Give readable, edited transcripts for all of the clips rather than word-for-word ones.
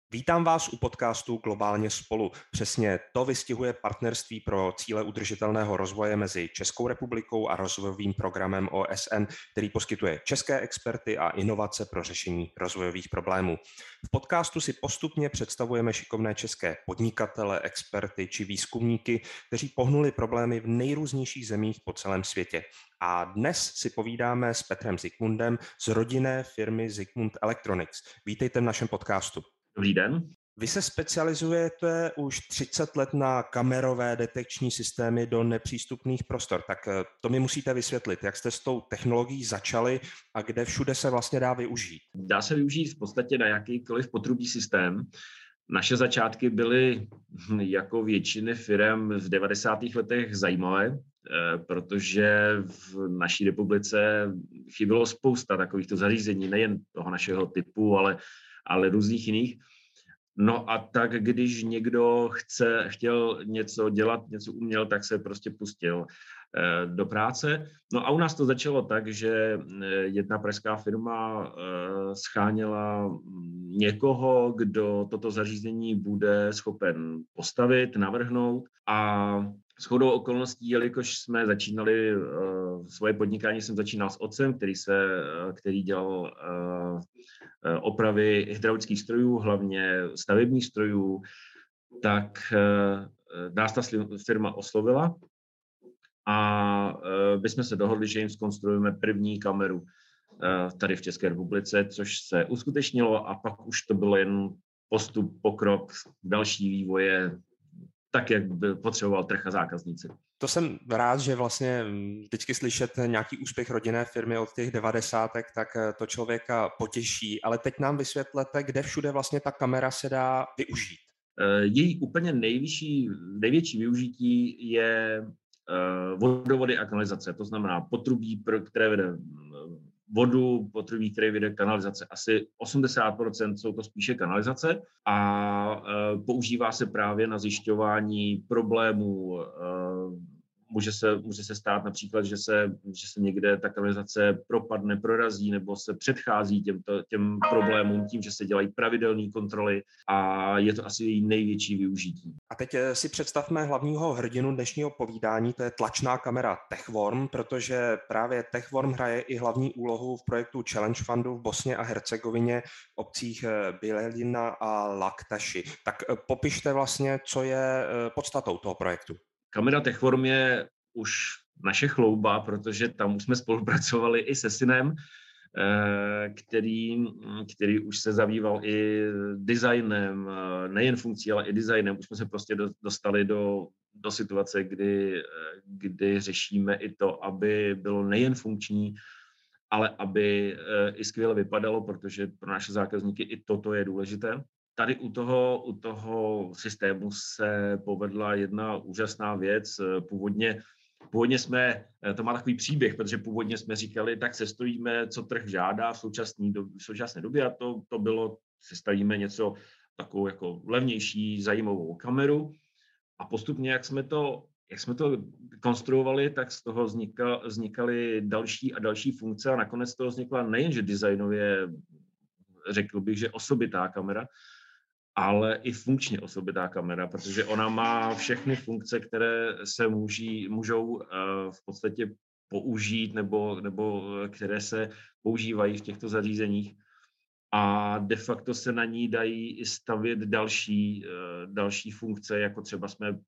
Vítám vás u podcastu Globálně spolu. Přesně to vystihuje partnerství pro cíle udržitelného rozvoje mezi Českou republikou a rozvojovým programem OSN, který poskytuje české experty a inovace pro řešení rozvojových problémů. V podcastu si postupně představujeme šikovné české podnikatele, experty či výzkumníky, kteří pohnuli problémy v nejrůznějších zemích po celém světě. A dnes si povídáme s Petrem Zikmundem z rodinné firmy Zikmund Electronics. Vítejte v našem podcastu. Dobrý den. Vy se specializujete už 30 let na kamerové detekční systémy do nepřístupných prostor. Tak to mi musíte vysvětlit, jak jste s tou technologií začali a kde všude se vlastně dá využít. Dá se využít v podstatě na jakýkoliv potrubí systém. Naše začátky byly jako většiny firem v 90. letech zajímavé, protože v naší republice chybělo spousta takovýchto zařízení, nejen toho našeho typu, ale různých jiných. No a tak, když někdo chtěl něco dělat, něco uměl, tak se prostě pustil do práce. No a u nás to začalo tak, že jedna pražská firma scháněla někoho, kdo toto zařízení bude schopen postavit, navrhnout a shodou okolností, jelikož jsme začínali svoje podnikání, jsem začínal s otcem, který dělal opravy hydraulických strojů, hlavně stavebních strojů, tak nás ta firma oslovila a my jsme se dohodli, že jim zkonstruujeme první kameru tady v České republice, což se uskutečnilo a pak už to bylo jen pokrok, další vývoje, tak, jak by potřeboval trh a zákazníci. To jsem rád, že vlastně vždycky slyšet nějaký úspěch rodinné firmy od těch 90, tak to člověka potěší. Ale teď nám vysvětlete, kde všude vlastně ta kamera se dá využít. Její úplně největší využití je vodovody a kanalizace. To znamená potrubí, které vede vodu, potrubí, které vede kanalizace. Asi 80% jsou to spíše kanalizace a používá se právě na zjišťování problémů. Může se stát například, že se někde ta kanalizace propadne, prorazí nebo se předchází těm problémům tím, že se dělají pravidelné kontroly a je to asi její největší využití. A teď si představme hlavního hrdinu dnešního povídání, to je tlačná kamera Techworm, protože právě Techworm hraje i hlavní úlohu v projektu Challenge Fundu v Bosně a Hercegovině v obcích Bijeljina a Laktaši. Tak popište vlastně, co je podstatou toho projektu. Kamera Techworm je už naše chlouba, protože tam už jsme spolupracovali i se synem, který už se zabýval i designem, nejen funkcí, ale i designem. Už jsme se prostě dostali do situace, kdy řešíme i to, aby bylo nejen funkční, ale aby i skvěle vypadalo, protože pro naše zákazníky i toto je důležité. Tady u toho systému se povedla jedna úžasná věc. Původně to má takový příběh, protože původně jsme říkali, tak sestavíme, co trh žádá v současné době a to bylo, sestavíme něco takovou jako levnější, zajímavou kameru a postupně, jak jsme to konstruovali, tak z toho vznikaly další a další funkce a nakonec toho vznikla nejenže designově, řekl bych, že osobitá kamera, ale i funkčně osobitá kamera, protože ona má všechny funkce, které se můžou v podstatě použít nebo které se používají v těchto zařízeních. A de facto se na ní dají i stavět další funkce, jako třeba jsme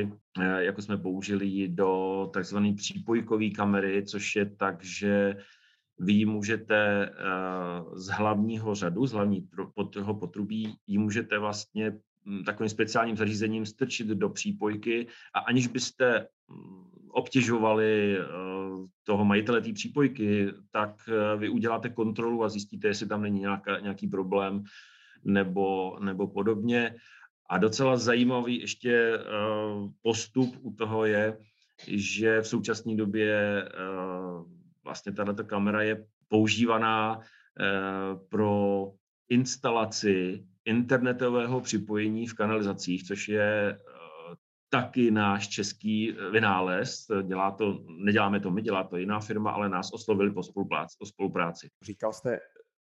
použili ji do takzvané přípojkové kamery, což je tak, že vy ji můžete z hlavního řadu, z hlavního potrubí, ji můžete vlastně takovým speciálním zařízením strčit do přípojky a aniž byste obtěžovali toho majitele té přípojky, tak vy uděláte kontrolu a zjistíte, jestli tam není nějaký problém nebo podobně. A docela zajímavý ještě postup u toho je, že v současné době vlastně tato kamera je používaná pro instalaci internetového připojení v kanalizacích, což je taky náš český vynález. Neděláme to my, dělá to jiná firma, ale nás oslovili o spolupráci. Říkal jste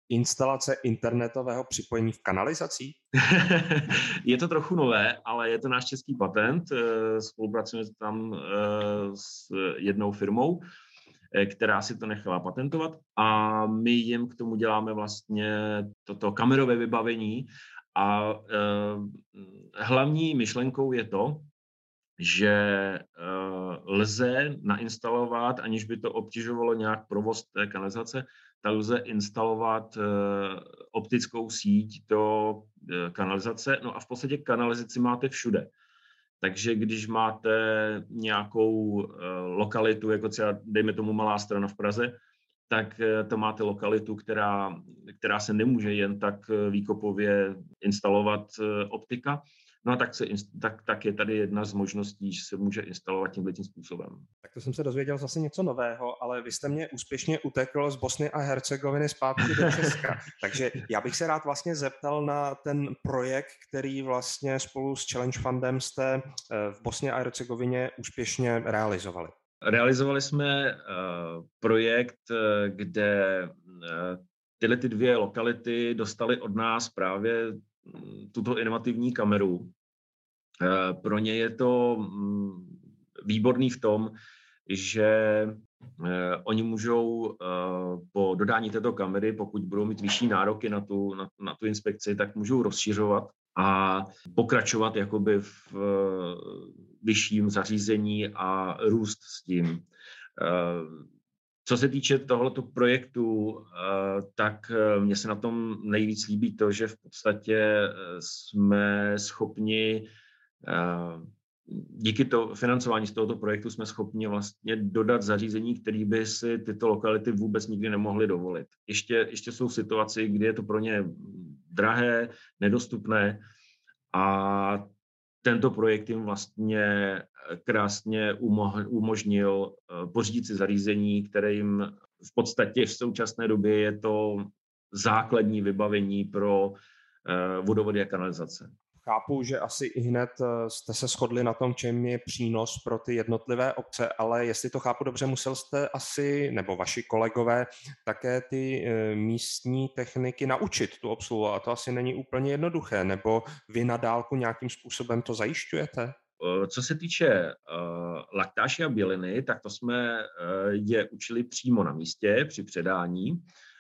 Instalace internetového připojení v kanalizacích? Je to trochu nové, ale je to náš český patent. Spolupracujeme tam s jednou firmou, která si to nechala patentovat a my jim k tomu děláme vlastně toto kamerové vybavení a hlavní myšlenkou je to, že lze nainstalovat, aniž by to obtěžovalo nějak provoz té kanalizace, tak lze instalovat optickou síť do kanalizace. No a v podstatě kanalizaci máte všude. Takže když máte nějakou lokalitu, jako třeba, dejme tomu Malá Strana v Praze, tak to máte lokalitu, která se nemůže jen tak výkopově instalovat optika. No a tak je tady jedna z možností, že se může instalovat tímhletím způsobem. Tak to jsem se dozvěděl zase něco nového, ale vy jste mě úspěšně utekl z Bosny a Hercegoviny zpátky do Česka. Takže já bych se rád vlastně zeptal na ten projekt, který vlastně spolu s Challenge Fundem jste v Bosně a Hercegovině úspěšně realizovali. Realizovali jsme projekt, kde tyhle ty dvě lokality dostaly od nás právě tuto inovativní kameru. Pro ně je to výborný v tom, že oni můžou po dodání této kamery, pokud budou mít vyšší nároky na tu inspekci, tak můžou rozšiřovat a pokračovat jakoby v vyšším zařízení a růst s tím. Co se týče tohoto projektu, tak mně se na tom nejvíc líbí to, že v podstatě jsme schopni díky financování z tohoto projektu jsme schopni vlastně dodat zařízení, které by si tyto lokality vůbec nikdy nemohly dovolit. Ještě jsou situace, kdy je to pro ně drahé, nedostupné a tento projekt jim vlastně krásně umožnil pořídit si zařízení, které jim v podstatě v současné době je to základní vybavení pro vodovody a kanalizace. Chápu, že asi i hned jste se shodli na tom, čem je přínos pro ty jednotlivé obce, ale jestli to chápu dobře, musel jste asi, nebo vaši kolegové, také ty místní techniky naučit tu obsluhu a to asi není úplně jednoduché, nebo vy na dálku nějakým způsobem to zajišťujete? Co se týče laktáže a běliny, tak to jsme je učili přímo na místě při předání.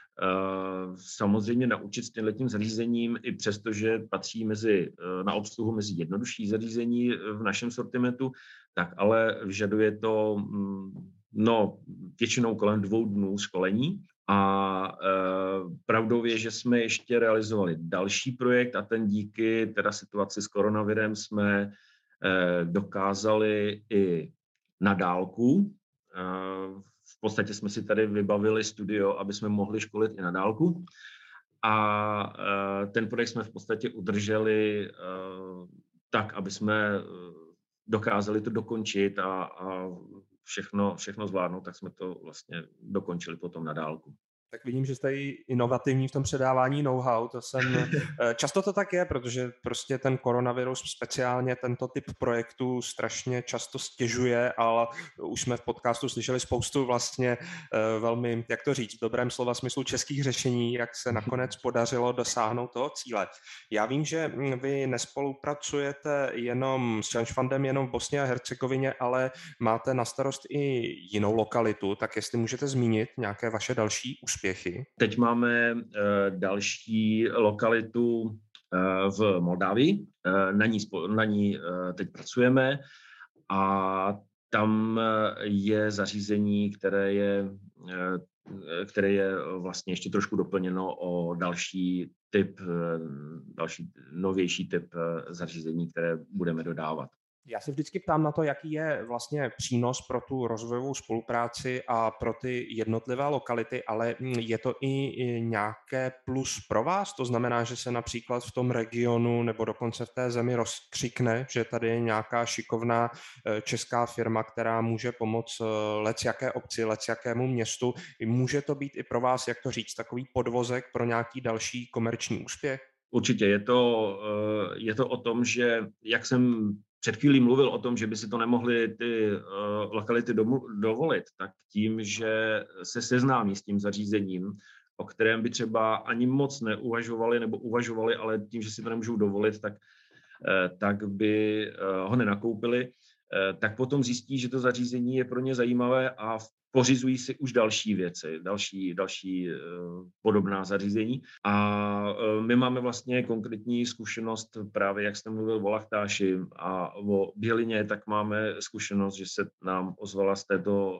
Samozřejmě naučit s tímhletím zařízením, i přesto, že patří na obsluhu mezi jednodušší zařízení v našem sortimentu, tak ale vyžaduje to většinou kolem 2 dnů školení. A pravdou je, že jsme ještě realizovali další projekt a ten díky teda situaci s koronavirem jsme dokázali i na dálku. V podstatě jsme si tady vybavili studio, aby jsme mohli školit i na dálku. A ten projekt jsme v podstatě udrželi tak, aby jsme dokázali to dokončit a všechno zvládnout, tak jsme to vlastně dokončili potom na dálku. Tak vidím, že jste i inovativní v tom předávání know-how. Často to tak je, protože prostě ten koronavirus, speciálně tento typ projektu strašně často stěžuje, ale už jsme v podcastu slyšeli spoustu vlastně velmi, jak to říct, v dobrém slova smyslu českých řešení, jak se nakonec podařilo dosáhnout toho cíle. Já vím, že vy nespolupracujete jenom s Challenge Fundem, jenom v Bosně a Hercegovině, ale máte na starost i jinou lokalitu, tak jestli můžete zmínit nějaké vaše další úspěchy. Teď máme další lokalitu v Moldávii, na ní teď pracujeme a tam je zařízení, které je vlastně ještě trošku doplněno o další novější typ zařízení, které budeme dodávat. Já se vždycky ptám na to, jaký je vlastně přínos pro tu rozvojovou spolupráci a pro ty jednotlivé lokality, ale je to i nějaké plus pro vás? To znamená, že se například v tom regionu nebo dokonce v té zemi rozkřikne, že tady je nějaká šikovná česká firma, která může pomoct lecjaké obci, lecjakému městu. Může to být i pro vás, jak to říct, takový podvozek pro nějaký další komerční úspěch? Určitě je to o tom, že jak jsem před chvílí mluvil o tom, že by si to nemohly ty lokality dovolit, tak tím, že se seznámí s tím zařízením o kterém by třeba ani moc neuvažovali nebo uvažovali, ale tím, že si to nemůžou dovolit, tak by ho nenakoupili, tak potom zjistí, že to zařízení je pro ně zajímavé a pořizují si už další věci, další podobná zařízení. A my máme vlastně konkrétní zkušenost právě, jak jste mluvil o Lachtáši a o Bělině, tak máme zkušenost, že se nám ozvala z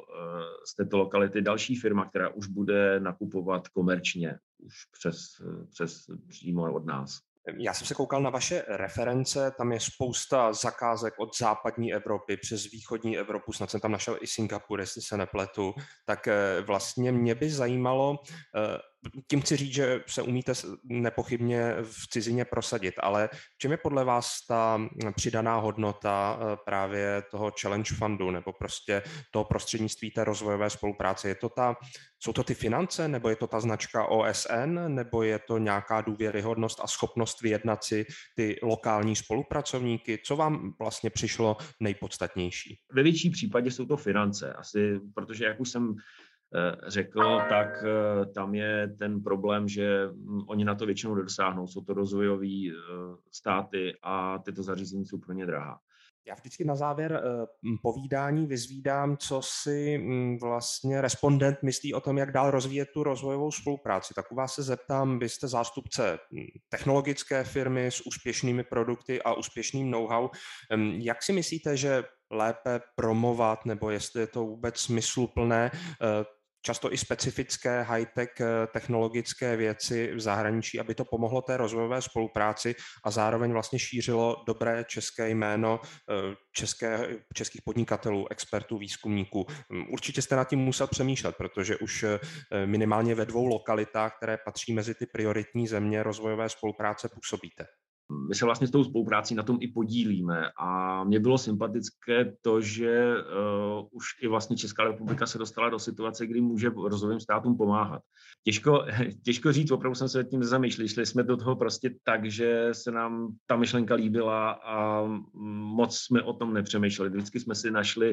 této lokality další firma, která už bude nakupovat komerčně, už přes přímo od nás. Já jsem se koukal na vaše reference, tam je spousta zakázek od západní Evropy přes východní Evropu, snad jsem tam našel i Singapur, jestli se nepletu, tak vlastně mě by zajímalo, tím chci říct, že se umíte nepochybně v cizině prosadit, ale v čem je podle vás ta přidaná hodnota právě toho Challenge Fundu nebo prostě toho prostřednictví té rozvojové spolupráce? Jsou to ty finance, nebo je to ta značka OSN, nebo je to nějaká důvěryhodnost a schopnost vyjednat si ty lokální spolupracovníky? Co vám vlastně přišlo nejpodstatnější? Ve větší případě jsou to finance, asi, protože jak už jsem řekl, tak tam je ten problém, že oni na to většinou nedosáhnou. Jsou to rozvojové státy a tyto zařízení jsou pro ně drahá. Já vždycky na závěr povídání vyzvídám, co si vlastně respondent myslí o tom, jak dál rozvíjet tu rozvojovou spolupráci. Tak u vás se zeptám, vy jste zástupce technologické firmy s úspěšnými produkty a úspěšným know-how. Jak si myslíte, že lépe promovat, nebo jestli je to vůbec smysluplné, často i specifické high-tech technologické věci v zahraničí, aby to pomohlo té rozvojové spolupráci a zároveň vlastně šířilo dobré české jméno českých podnikatelů, expertů, výzkumníků. Určitě jste nad tím musel přemýšlet, protože už minimálně ve 2 lokalitách, které patří mezi ty prioritní země rozvojové spolupráce, působíte. My se vlastně s tou spoluprácí na tom i podílíme a mně bylo sympatické to, že už i vlastně Česká republika se dostala do situace, kdy může rozvojovým státům pomáhat. Těžko říct, opravdu jsem se tím nezamýšlel. Šli jsme do toho prostě tak, že se nám ta myšlenka líbila a moc jsme o tom nepřemýšleli. Vždycky jsme si našli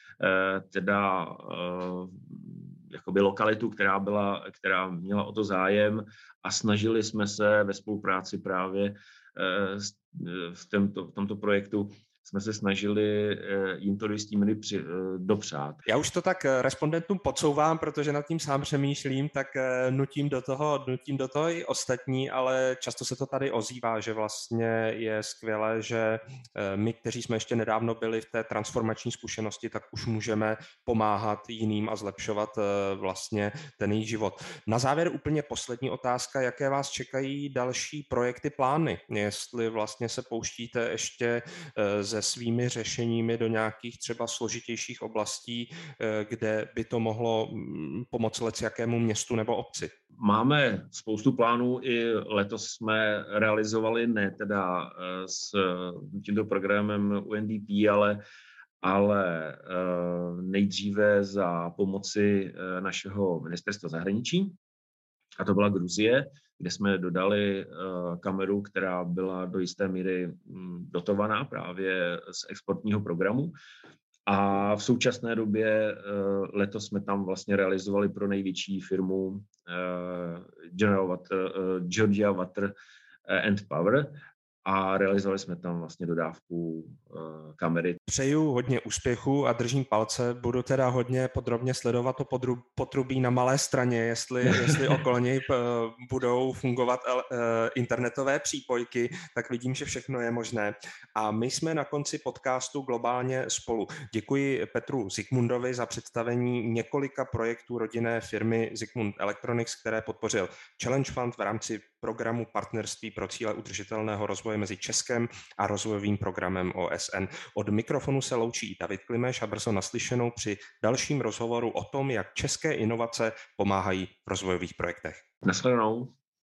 jakoby lokalitu, která měla o to zájem a snažili jsme se ve spolupráci právě v tomto projektu jsme se snažili jim to do jistý míry dopřát. Já už to tak respondentům podsouvám, protože nad tím sám přemýšlím, tak nutím do toho i ostatní, ale často se to tady ozývá, že vlastně je skvělé, že my, kteří jsme ještě nedávno byli v té transformační zkušenosti, tak už můžeme pomáhat jiným a zlepšovat vlastně ten jejich život. Na závěr úplně poslední otázka, jaké vás čekají další projekty, plány? Jestli vlastně se pouštíte ještě se svými řešeními do nějakých třeba složitějších oblastí, kde by to mohlo pomoct jakému městu nebo obci? Máme spoustu plánů, i letos jsme realizovali, ne teda s tímto programem UNDP, ale nejdříve za pomoci našeho ministerstva zahraničí, a to byla Gruzie, kde jsme dodali kameru, která byla do jisté míry dotovaná právě z exportního programu. A v současné době letos jsme tam vlastně realizovali pro největší firmu Georgia Water and Power a realizovali jsme tam vlastně dodávku kamery. Přeju hodně úspěchu a držím palce. Budu teda hodně podrobně sledovat to potrubí na Malé Straně, jestli okolo něj budou fungovat internetové přípojky, tak vidím, že všechno je možné. A my jsme na konci podcastu Globálně spolu. Děkuji Petru Zikmundovi za představení několika projektů rodinné firmy Zikmund Electronics, které podpořil Challenge Fund v rámci programu Partnerství pro cíle udržitelného rozvoje mezi Českem a rozvojovým programem OSN. Od mikrofonu se loučí David Klimeš a brzo naslyšenou při dalším rozhovoru o tom, jak české inovace pomáhají v rozvojových projektech. Nashledanou.